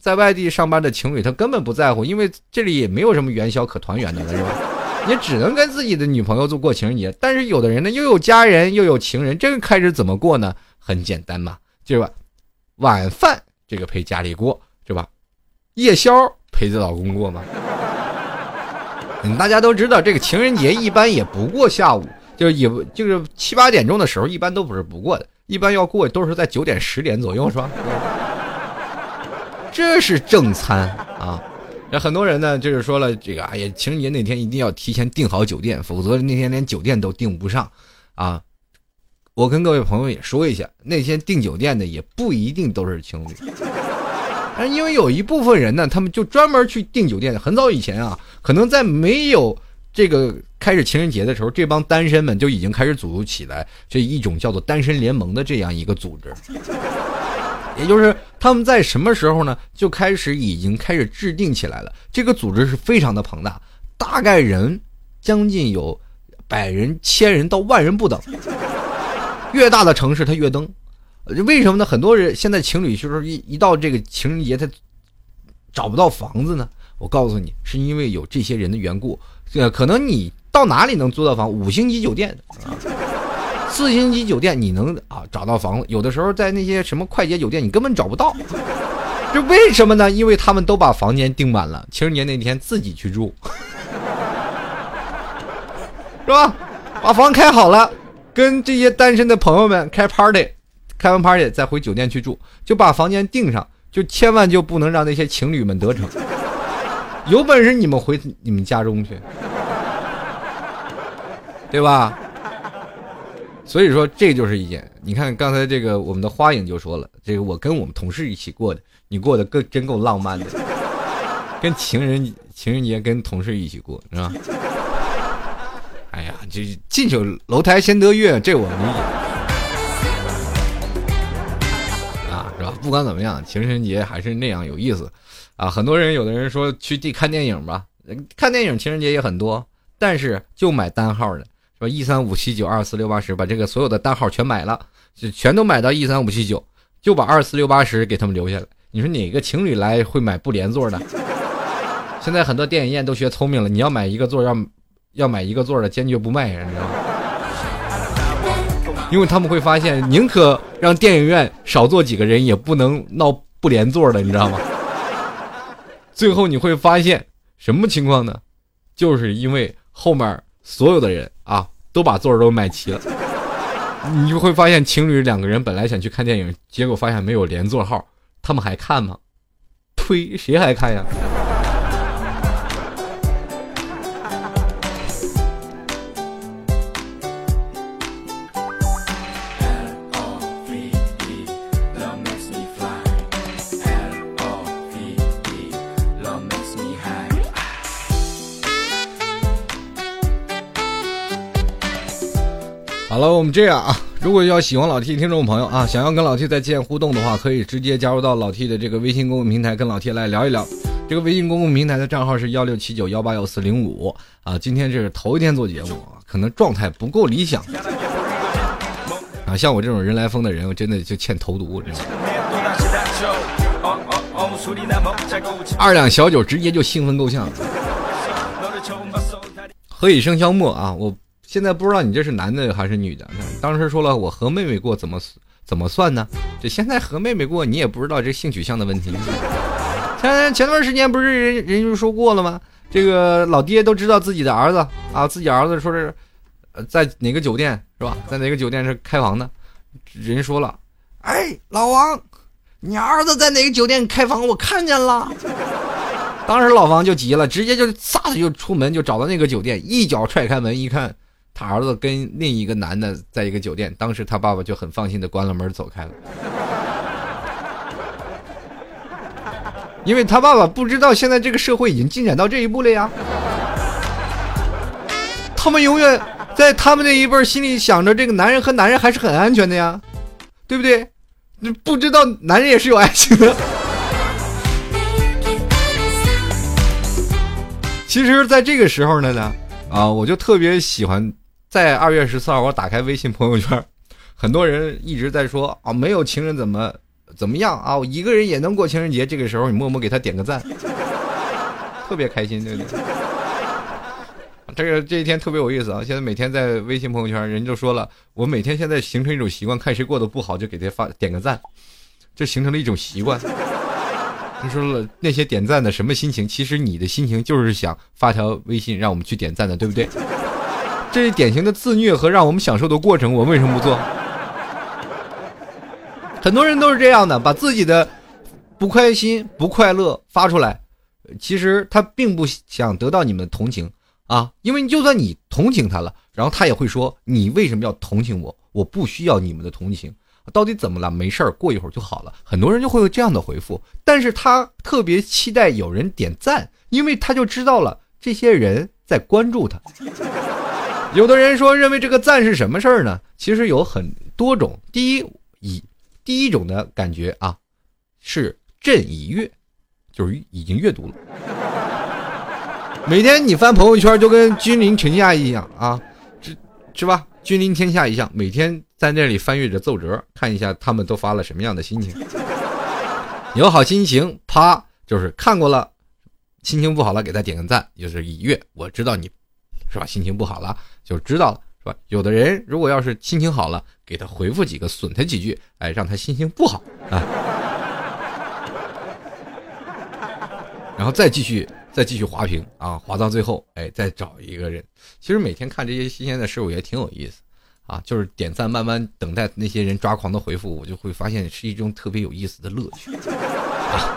在外地上班的情侣他根本不在乎，因为这里也没有什么元宵可团圆的了，是吧？也只能跟自己的女朋友做过情人节。但是有的人呢，又有家人又有情人，这个开始怎么过呢？很简单嘛，就是吧，晚饭这个陪家里过，是吧？夜宵陪着老公过嘛。嗯，大家都知道这个情人节一般也不过下午，就是也就是七八点钟的时候，一般都不是不过的，一般要过都是在九点十点左右，是吧？这是正餐啊。那很多人呢，就是说了这个，哎呀，情人节那天一定要提前订好酒店，否则那天连酒店都订不上啊。我跟各位朋友也说一下，那天订酒店的也不一定都是情侣，因为有一部分人呢，他们就专门去订酒店。很早以前啊，可能在没有这个开始情人节的时候，这帮单身们就已经开始组织起来这一种叫做单身联盟的这样一个组织。也就是他们在什么时候呢，就开始已经开始制定起来了。这个组织是非常的庞大，大概人将近有百人、千人到万人不等。越大的城市它越登，为什么呢？很多人现在情侣就是一一到这个情人节他找不到房子呢？我告诉你，是因为有这些人的缘故。呃，可能你到哪里能租到房？五星级酒店。啊四星级酒店你能啊找到房子，有的时候在那些什么快捷酒店你根本找不到。这为什么呢？因为他们都把房间订满了，情人节那天自己去住，是吧？把房开好了，跟这些单身的朋友们开 party， 开完 party 再回酒店去住，就把房间订上，就千万就不能让那些情侣们得逞。有本事你们回你们家中去，对吧？所以说这就是一件，你看刚才这个我们的花影就说了，这个我跟我们同事一起过的，你过得更真够浪漫的，跟情人情人节跟同事一起过，是吧？哎呀，这近水楼台先得月，这我理解啊，是吧？不管怎么样，情人节还是那样有意思啊。很多人有的人说去地看电影吧，看电影情人节也很多，但是就买单号的。说一三五七九二四六八十，把这个所有的单号全买了，就全都买到一三五七九，就把二四六八十给他们留下来。你说哪个情侣来会买不连座的？现在很多电影院都学聪明了，你要买一个座要要买一个座的，坚决不卖，你知道吗？因为他们会发现，宁可让电影院少坐几个人，也不能闹不连座的，你知道吗？最后你会发现什么情况呢？就是因为后面所有的人啊，都把座都买齐了，你就会发现情侣两个人本来想去看电影，结果发现没有连座号，他们还看吗？呸，谁还看呀？好了，我们这样啊，如果要喜欢老 T 听众朋友啊，想要跟老 T 再见互动的话，可以直接加入到老 T 的这个微信公共平台，跟老 T 来聊一聊。这个微信公共平台的账号是幺六七九幺八幺四零五啊。今天这是头一天做节目啊，可能状态不够理想啊。像我这种人来疯的人，我真的就欠投毒，知道吗？二两小酒直接就兴奋够呛。何以笙箫默啊，我。现在不知道你这是男的还是女的，当时说了我和妹妹过怎么怎么算呢？这现在和妹妹过你也不知道这性取向的问题。前前段时间不是人人就说过了吗？这个老爹都知道自己的儿子啊，自己儿子说是在哪个酒店是吧？在哪个酒店是开房的，人说了，哎，老王，你儿子在哪个酒店开房？我看见了。当时老王就急了，直接就撒的就出门就找到那个酒店，一脚踹开门一看。他儿子跟另一个男的在一个酒店，当时他爸爸就很放心的关了门走开了，因为他爸爸不知道现在这个社会已经进展到这一步了呀。他们永远在他们那一辈心里想着这个男人和男人还是很安全的呀，对不对？不知道男人也是有爱情的。其实在这个时候呢啊，我就特别喜欢在二月十四号我打开微信朋友圈，很多人一直在说啊，没有情人怎么怎么样啊？我一个人也能过情人节，这个时候你默默给他点个赞，特别开心，对不对？这个这一天特别有意思啊！现在每天在微信朋友圈，人就说了，我每天现在形成一种习惯，看谁过得不好就给他发点个赞，这形成了一种习惯。你说了那些点赞的什么心情？其实你的心情就是想发条微信让我们去点赞的，对不对？这是典型的自虐和让我们享受的过程，我为什么不做？很多人都是这样的，把自己的不开心、不快乐发出来，其实他并不想得到你们的同情啊，因为就算你同情他了，然后他也会说你为什么要同情我？我不需要你们的同情。到底怎么了？没事儿，过一会儿就好了。很多人就会有这样的回复，但是他特别期待有人点赞，因为他就知道了这些人在关注他。有的人说认为这个赞是什么事儿呢？其实有很多种。第一以第一种的感觉啊，是朕已阅，就是已经阅读了。每天你翻朋友圈就跟君临天下一样啊，是是吧？君临天下一样，每天在那里翻阅着奏折，看一下他们都发了什么样的心情。有好心情，啪，就是看过了，心情不好了，给他点个赞，就是已阅，我知道你是吧？心情不好了，就知道了，是吧？有的人如果要是心情好了，给他回复几个，损他几句，哎，让他心情不好啊，然后再继续。再继续滑屏啊，滑到最后，哎，再找一个人。其实每天看这些新鲜的事物也挺有意思啊，就是点赞，慢慢等待那些人抓狂的回复，我就会发现是一种特别有意思的乐趣啊。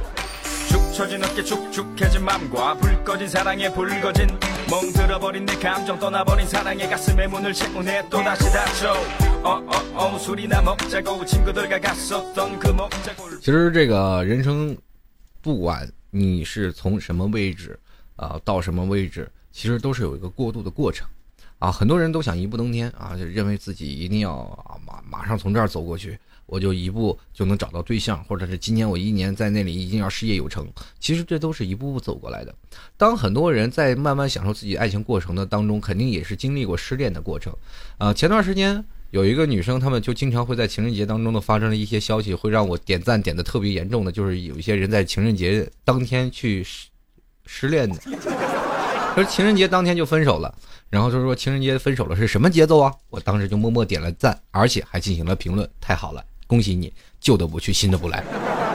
其实这个人生不管你是从什么位置啊、呃、到什么位置，其实都是有一个过渡的过程啊。很多人都想一步登天啊，就认为自己一定要啊马马上从这儿走过去，我就一步就能找到对象，或者是今年我一年在那里一定要事业有成。其实这都是一步步走过来的。当很多人在慢慢享受自己爱情过程的当中，肯定也是经历过失恋的过程啊。前段时间有一个女生，她们就经常会在情人节当中的发生了一些消息，会让我点赞点的特别严重的，就是有一些人在情人节当天去失失恋的，可是情人节当天就分手了，然后就说情人节分手了是什么节奏啊？我当时就默默点了赞，而且还进行了评论，太好了，恭喜你，旧的不去，新的不来。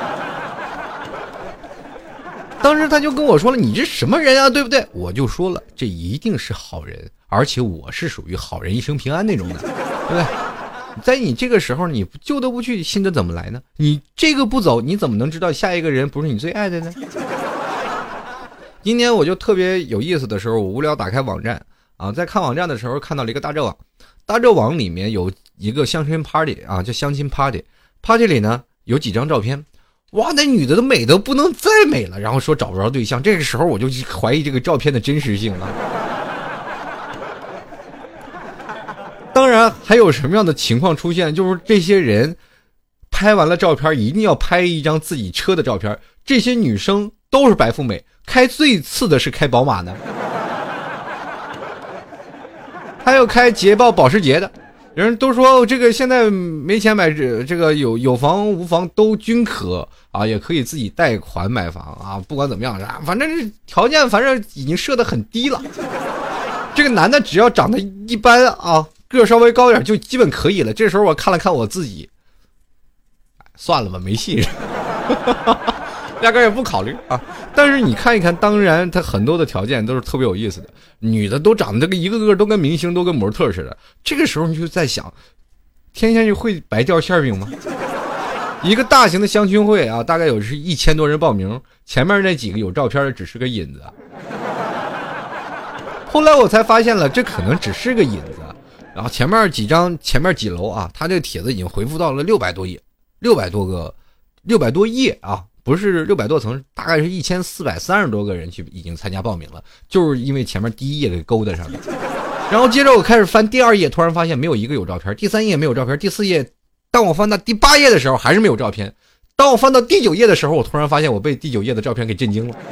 当时他就跟我说了，你这什么人啊，对不对？我就说了，这一定是好人，而且我是属于好人一生平安那种的，对不对？在你这个时候，你旧的不去，新的怎么来呢？你这个不走，你怎么能知道下一个人不是你最爱的呢？今天我就特别有意思的时候，我无聊打开网站啊，在看网站的时候看到了一个大纣网，大纣网里面有一个相亲 party 啊，叫相亲 party， party 里呢有几张照片，哇，那女的都美得不能再美了，然后说找不着对象，这个时候我就怀疑这个照片的真实性了。当然还有什么样的情况出现，就是这些人拍完了照片一定要拍一张自己车的照片，这些女生都是白富美，开最次的是开宝马的，还有开捷豹保时捷的。人都说这个现在没钱买这这个有有房无房都均可啊，也可以自己贷款买房啊，不管怎么样啊，反正条件反正已经设得很低了。这个男的只要长得一般啊，个稍微高一点就基本可以了。这时候我看了看我自己，算了吧，没戏，压根也不考虑啊。但是你看一看，当然他很多的条件都是特别有意思的，女的都长得这个一个个都跟明星都跟模特似的。这个时候你就在想，天下就会白掉馅饼吗？一个大型的相亲会啊，大概有是一千多人报名，前面那几个有照片的只是个引子。后来我才发现了，这可能只是个引子。然后前面几张，前面几楼啊，他这个帖子已经回复到了六百多页，六百多个，六百多页啊，不是六百多层，大概是一千四百三十多个人去已经参加报名了，就是因为前面第一页给勾搭上了。然后接着我开始翻第二页，突然发现没有一个有照片，第三页没有照片，第四页，当我翻到第八页的时候还是没有照片，当我翻到第九页的时候，我突然发现我被第九页的照片给震惊了。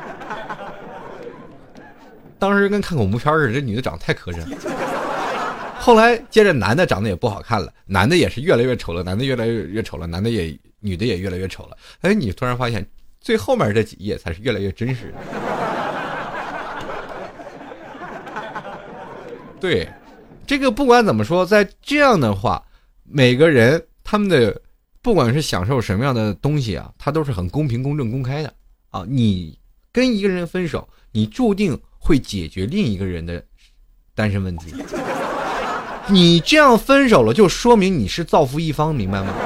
当时跟看恐怖片似的，这女的长得太磕碜了。 后来接着男的长得也不好看了，男的也是越来越丑了，男的越来越越丑了，男的也女的也越来越丑了。哎，你突然发现最后面这几页才是越来越真实的。对，这个不管怎么说，在这样的话，每个人他们的不管是享受什么样的东西啊，它都是很公平、公正、公开的啊。你跟一个人分手，你注定会解决另一个人的单身问题。你这样分手了，就说明你是造福一方，明白吗？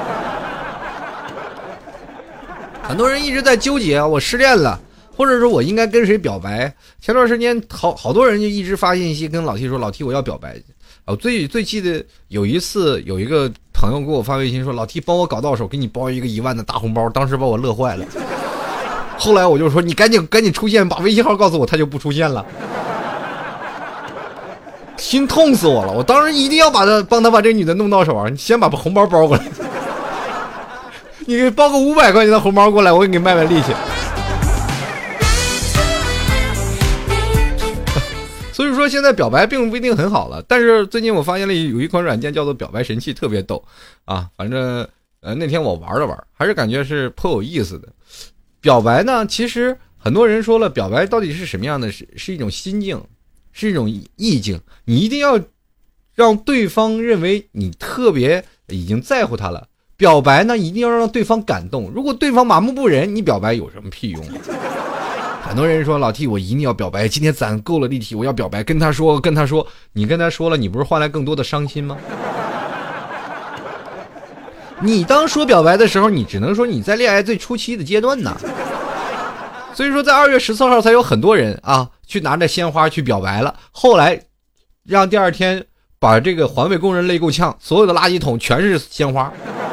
很多人一直在纠结啊，我失恋了。或者说我应该跟谁表白？前段时间好好多人就一直发信息跟老 T 说，老 T 我要表白。我最最记得有一次有一个朋友给我发微信说，老 T 帮我搞到手，给你包一个一万的大红包，当时把我乐坏了。后来我就说你赶紧赶紧出现，把微信号告诉我，他就不出现了，心痛死我了。我当时一定要把他帮他把这女的弄到手啊！你先把红包包过来，你给包个五百块钱的红包过来，我给你卖卖力气。所以说现在表白并不一定很好了，但是最近我发现了有一款软件叫做表白神器，特别逗啊！反正呃那天我玩了玩，还是感觉是颇有意思的。表白呢，其实很多人说了，表白到底是什么样的？是是一种心境，是一种意境。你一定要让对方认为你特别已经在乎他了。表白呢，一定要让对方感动。如果对方麻木不仁，你表白有什么屁用？很多人说老 T 我一定要表白，今天攒够了力气，我要表白，跟他说跟他说，你跟他说了，你不是换来更多的伤心吗？你当说表白的时候，你只能说你在恋爱最初期的阶段呢。所以说在二月十四号才有很多人啊去拿着鲜花去表白了，后来让第二天把这个环卫工人累够呛，所有的垃圾桶全是鲜花。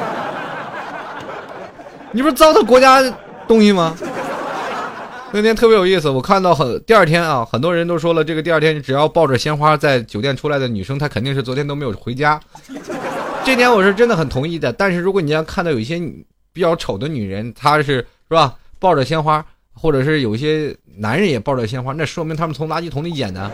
你不是糟蹋国家东西吗？那天特别有意思，我看到很第二天啊，很多人都说了，这个第二天只要抱着鲜花在酒店出来的女生，她肯定是昨天都没有回家。这点我是真的很同意的。但是如果你要看到有一些比较丑的女人，她是是吧，抱着鲜花，或者是有一些男人也抱着鲜花，那说明他们从垃圾桶里捡的。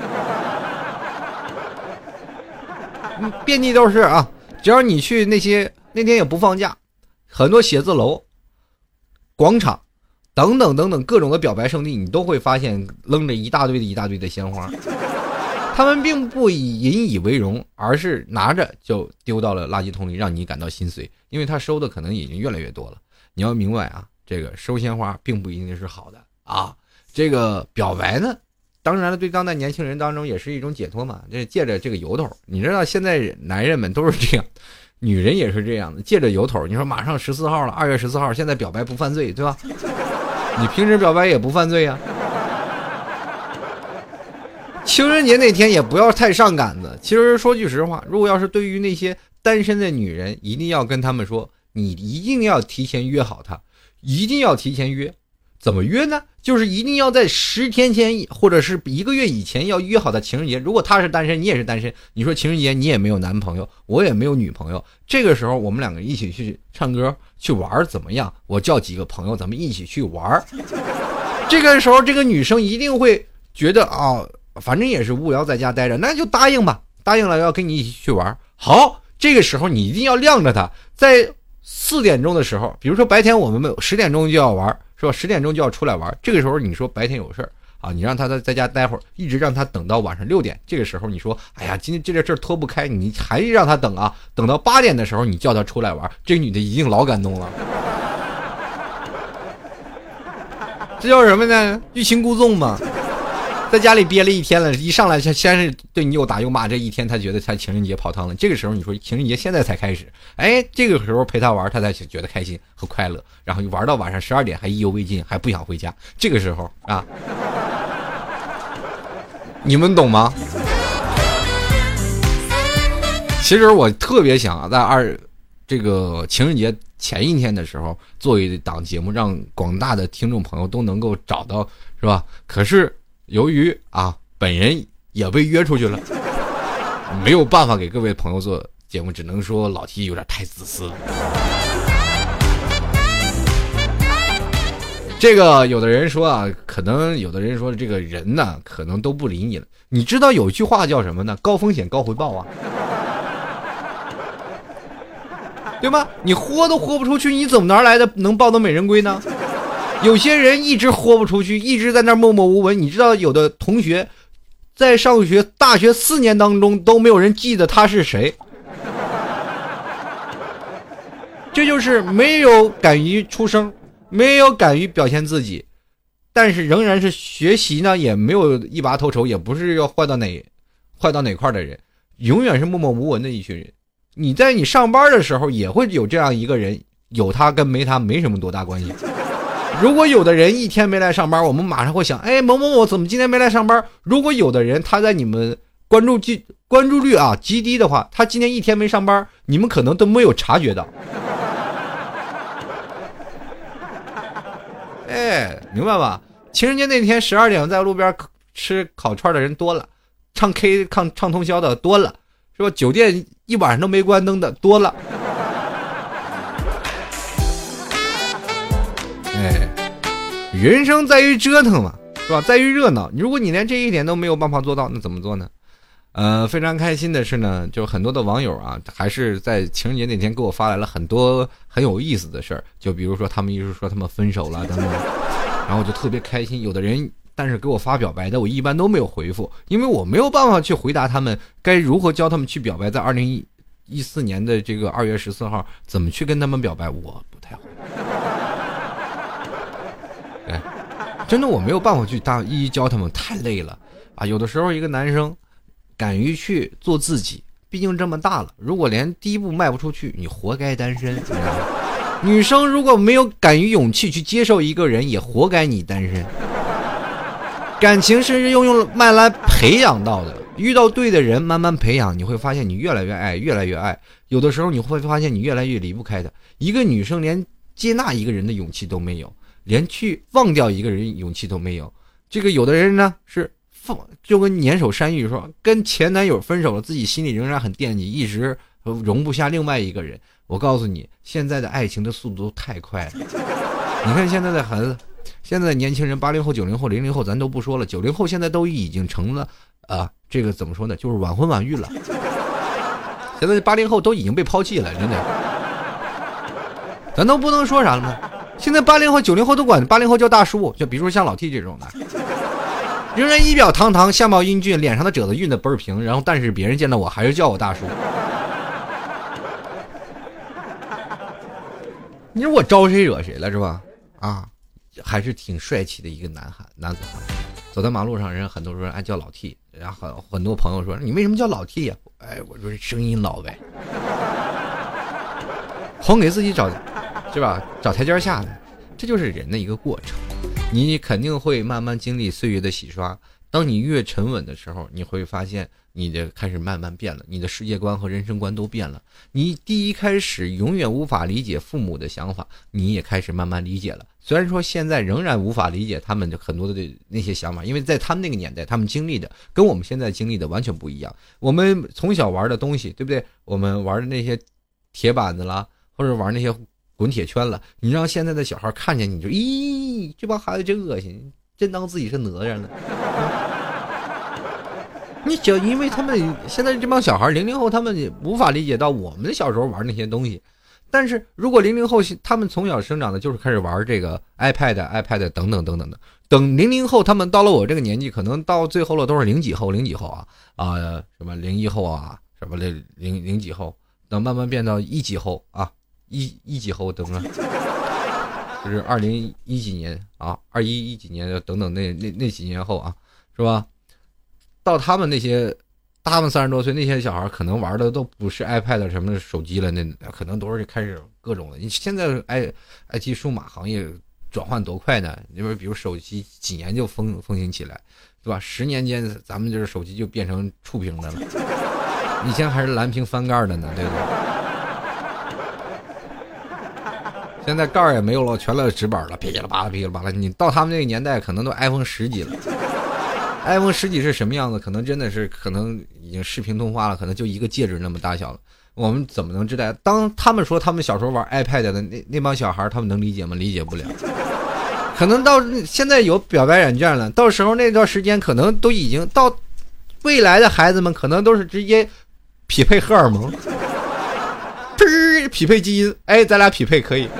嗯，遍地都是啊！只要你去那些那天也不放假，很多写字楼、广场。等等等等各种的表白圣地，你都会发现扔着一大堆的一大堆的鲜花。他们并不以引以为荣，而是拿着就丢到了垃圾桶里，让你感到心碎，因为他收的可能已经越来越多了。你要明白啊，这个收鲜花并不一定是好的啊。这个表白呢，当然了，对当代年轻人当中也是一种解脱嘛，这借着这个由头。你知道现在男人们都是这样，女人也是这样的，借着由头。你说马上十四号了，二月十四号，现在表白不犯罪，对吧？你平时表白也不犯罪呀、啊。情人节那天也不要太上杆子。其实说句实话，如果要是对于那些单身的女人，一定要跟他们说，你一定要提前约好他，一定要提前约。怎么约呢？就是一定要在十天前或者是一个月以前要约好的情人节。如果他是单身，你也是单身，你说情人节你也没有男朋友，我也没有女朋友，这个时候我们两个一起去唱歌去玩怎么样？我叫几个朋友咱们一起去玩。这个时候这个女生一定会觉得啊、哦，反正也是无聊在家待着，那就答应吧，答应了要跟你一起去玩。好，这个时候你一定要晾着她，在四点钟的时候，比如说白天我们十点钟就要玩，是吧？十点钟就要出来玩，这个时候你说白天有事儿啊，你让他在家待会儿，一直让他等到晚上六点，这个时候你说，哎呀，今天这件事脱不开，你还让他等啊，等到八点的时候你叫他出来玩，这个女的一定老感动了。这叫什么呢？欲擒故纵嘛。在家里憋了一天了，一上来先先是对你又打又骂，这一天他觉得他情人节泡汤了。这个时候你说情人节现在才开始，哎，这个时候陪他玩，他才觉得开心和快乐，然后玩到晚上十二点还意犹未尽，还不想回家。这个时候啊，你们懂吗？其实我特别想在二这个情人节前一天的时候做一档节目，让广大的听众朋友都能够找到，是吧？可是由于啊，本人也被约出去了，没有办法给各位朋友做节目，只能说老 T 有点太自私了。这个有的人说啊，可能有的人说这个人呢，可能都不理你了。你知道有句话叫什么呢？高风险高回报啊。 对吗？你豁都豁不出去，你怎么哪来的能抱得美人归呢？有些人一直豁不出去，一直在那默默无闻。你知道有的同学在上学大学四年当中都没有人记得他是谁，这就是没有敢于出声，没有敢于表现自己，但是仍然是学习呢也没有一拔头筹，也不是要坏到哪坏到哪块的人，永远是默默无闻的一群人。你在你上班的时候也会有这样一个人，有他跟没他没什么多大关系。如果有的人一天没来上班，我们马上会想，哎，某某某怎么今天没来上班？如果有的人他在你们关注关注率啊极低的话，他今天一天没上班，你们可能都没有察觉到。哎，明白吧？情人节那天十二点在路边吃烤串的人多了，唱 K 唱唱通宵的多了，是吧？酒店一晚上都没关灯的多了。哎，人生在于折腾嘛，是吧？在于热闹。如果你连这一点都没有办法做到，那怎么做呢？呃，非常开心的是呢，就很多的网友啊，还是在情人节那天给我发来了很多很有意思的事儿。就比如说，他们一直说他们分手了等等，然后我就特别开心。有的人，但是给我发表白的，我一般都没有回复，因为我没有办法去回答他们该如何教他们去表白。在二零一四年的这个二月十四号，怎么去跟他们表白，我不太会。哎，真的我没有办法去大一一教他们，太累了啊！有的时候一个男生敢于去做自己，毕竟这么大了，如果连第一步迈不出去，你活该单身。你知道吗？女生如果没有敢于勇气去接受一个人，也活该你单身。感情是用用慢慢培养到的，遇到对的人慢慢培养，你会发现你越来越爱，越来越爱。有的时候你会发现你越来越离不开的。一个女生连接纳一个人的勇气都没有，连去忘掉一个人勇气都没有。这个有的人呢是放，就跟年守山芋说，跟前男友分手了，自己心里仍然很惦记，一直容不下另外一个人。我告诉你，现在的爱情的速度都太快了。你看现在的孩子，现在的年轻人，八零后、九零后、零零后咱都不说了，九零后现在都已经成了啊、呃，这个怎么说呢，就是晚婚晚育了。现在八零后都已经被抛弃了，真的。咱都不能说啥了吗？现在八零后、九零后都管八零后叫大叔，就比如说像老 T 这种的，仍然仪表堂堂，相貌英俊，脸上的褶子熨得倍儿平，然后但是别人见到我还是叫我大叔。你说我招谁惹谁了是吧？啊，还是挺帅气的一个男孩男子汉。走在马路上，人很多说哎叫老 T， 然后很很多朋友说你为什么叫老 T 呀、啊？哎，我说声音老呗，红给自己找是吧？找台阶下的，这就是人的一个过程。你肯定会慢慢经历岁月的洗刷。当你越沉稳的时候，你会发现你的开始慢慢变了，你的世界观和人生观都变了。你第一开始永远无法理解父母的想法，你也开始慢慢理解了。虽然说现在仍然无法理解他们的很多的那些想法，因为在他们那个年代，他们经历的跟我们现在经历的完全不一样。我们从小玩的东西，对不对？我们玩的那些铁板子啦，或者玩那些滚铁圈了，你让现在的小孩看见你就，咦，这帮孩子真恶心，真当自己是哪吒呢。你就因为他们现在这帮小孩零零后，他们无法理解到我们小时候玩那些东西。但是如果零零后他们从小生长的就是开始玩这个 iPad iPad 等等等等的，等零零后他们到了我这个年纪，可能到最后了都是零几后零几后啊啊、呃、什么零一后啊什么零零零几后，等慢慢变到一几后啊一一几后等等，就是二零一几年啊二一一几年等等那那那几年后啊，是吧？到他们那些他们三十多岁那些小孩可能玩的都不是 iPad 什么手机了，那可能都是开始各种的。你现在 I I T 数码行业转换多快呢？因为比如手机几年就风风行起来，对吧？十年间咱们就是手机就变成触屏的了，以前还是蓝屏翻盖的呢，对不对？现在盖也没有了，全了纸板了，噼里啪啦噼里啪啦。你到他们那个年代，可能都 iPhone 十几了。iPhone 十几是什么样子？可能真的是可能已经视频通话了，可能就一个戒指那么大小了。我们怎么能知道？当他们说他们小时候玩 iPad 的那那帮小孩，他们能理解吗？理解不了。可能到现在有表白软件了，到时候那段时间可能都已经到未来的孩子们，可能都是直接匹配荷尔蒙，噗是匹配基因，哎，咱俩匹配可以，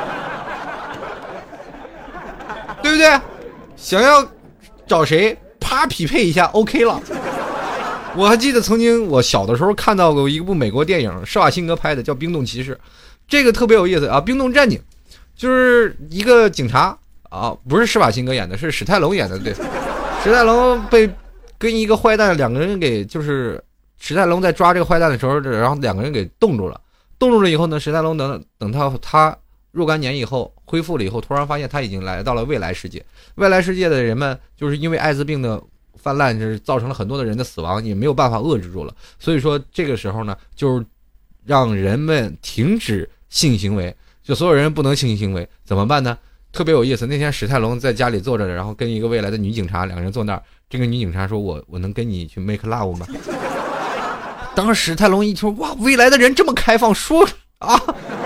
对不对？想要找谁，啪匹配一下 OK 了。我还记得曾经我小的时候看到过一部美国电影，施瓦辛格拍的，叫《冰冻骑士》，这个特别有意思啊，《冰冻战警》就是一个警察啊，不是施瓦辛格演的，是史泰龙演的，对，史泰龙被跟一个坏蛋两个人给，就是史泰龙在抓这个坏蛋的时候，然后两个人给冻住了，冻住了以后呢，史泰龙等等到他若干年以后恢复了以后，突然发现他已经来到了未来世界，未来世界的人们就是因为艾滋病的泛滥，是造成了很多的人的死亡，也没有办法遏制住了。所以说这个时候呢，就是让人们停止性行为，就所有人不能性行为，怎么办呢？特别有意思。那天史泰龙在家里坐着，然后跟一个未来的女警察，两个人坐那儿。这个女警察说：“我我能跟你去 make love 吗？”当时史泰龙一说：“哇，未来的人这么开放，说啊！”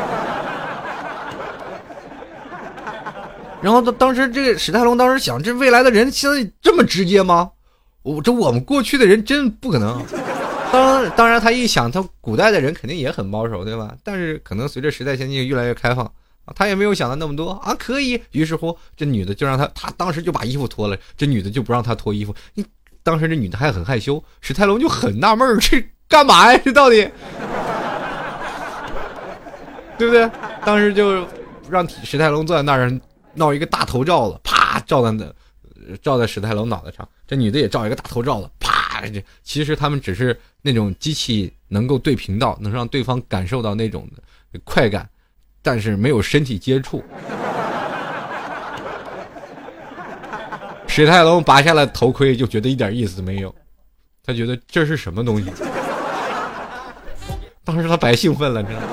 然后当时这个史泰龙当时想，这未来的人现在这么直接吗？我这我们过去的人真不可能。当当然他一想，他古代的人肯定也很保守，对吧？但是可能随着时代先进越来越开放啊，他也没有想到那么多啊，可以。于是乎这女的就让他，他当时就把衣服脱了，这女的就不让他脱衣服。你当时这女的还很害羞，史泰龙就很纳闷，这干嘛呀？这到底对不对？当时就让史泰龙坐在那儿闹一个大头罩子，啪罩在那罩在史泰龙脑袋上，这女的也罩一个大头罩子，啪！其实他们只是那种机器能够对频道，能让对方感受到那种快感，但是没有身体接触。史泰龙拔下了头盔，就觉得一点意思都没有，他觉得这是什么东西？当时他白兴奋了，知道吗？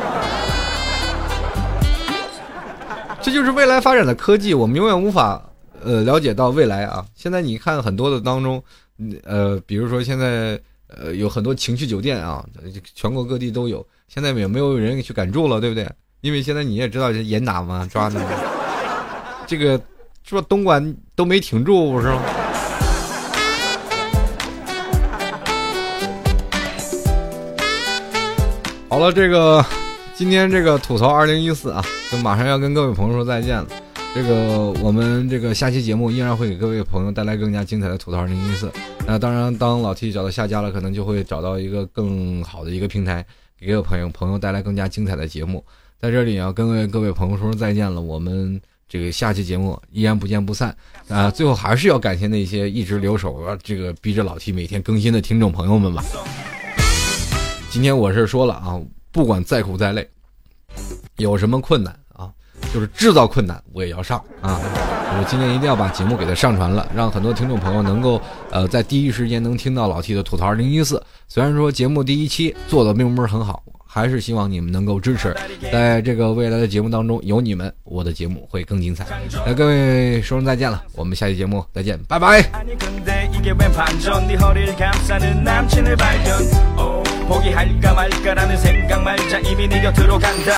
这就是未来发展的科技，我们永远无法呃了解到未来啊。现在你看很多的当中，呃，比如说现在呃有很多情趣酒店啊，全国各地都有，现在也没有人去敢住了，对不对？因为现在你也知道这严打嘛，抓的这个说东莞都没挺住，是吗？好了，这个今天这个吐槽二零一四啊，就马上要跟各位朋友说再见了。这个我们这个下期节目依然会给各位朋友带来更加精彩的吐槽二零一四。那当然，当老 T 找到下家了，可能就会找到一个更好的一个平台，给各位朋友朋友带来更加精彩的节目。在这里要跟各位朋友说再见了，我们这个下期节目依然不见不散啊！最后还是要感谢那些一直留守啊，这个逼着老 T 每天更新的听众朋友们吧。今天我是说了啊，不管再苦再累，有什么困难啊，就是制造困难我也要上啊！我今天一定要把节目给它上传了，让很多听众朋友能够呃在第一时间能听到老 T 的吐槽二零一四。虽然说节目第一期做的并不是很好，还是希望你们能够支持，在这个未来的节目当中有你们，我的节目会更精彩。那各位说声再见了，我们下期节目再见，拜拜。 포기할까 말까라는 생각말자 이미 네 곁으로 간다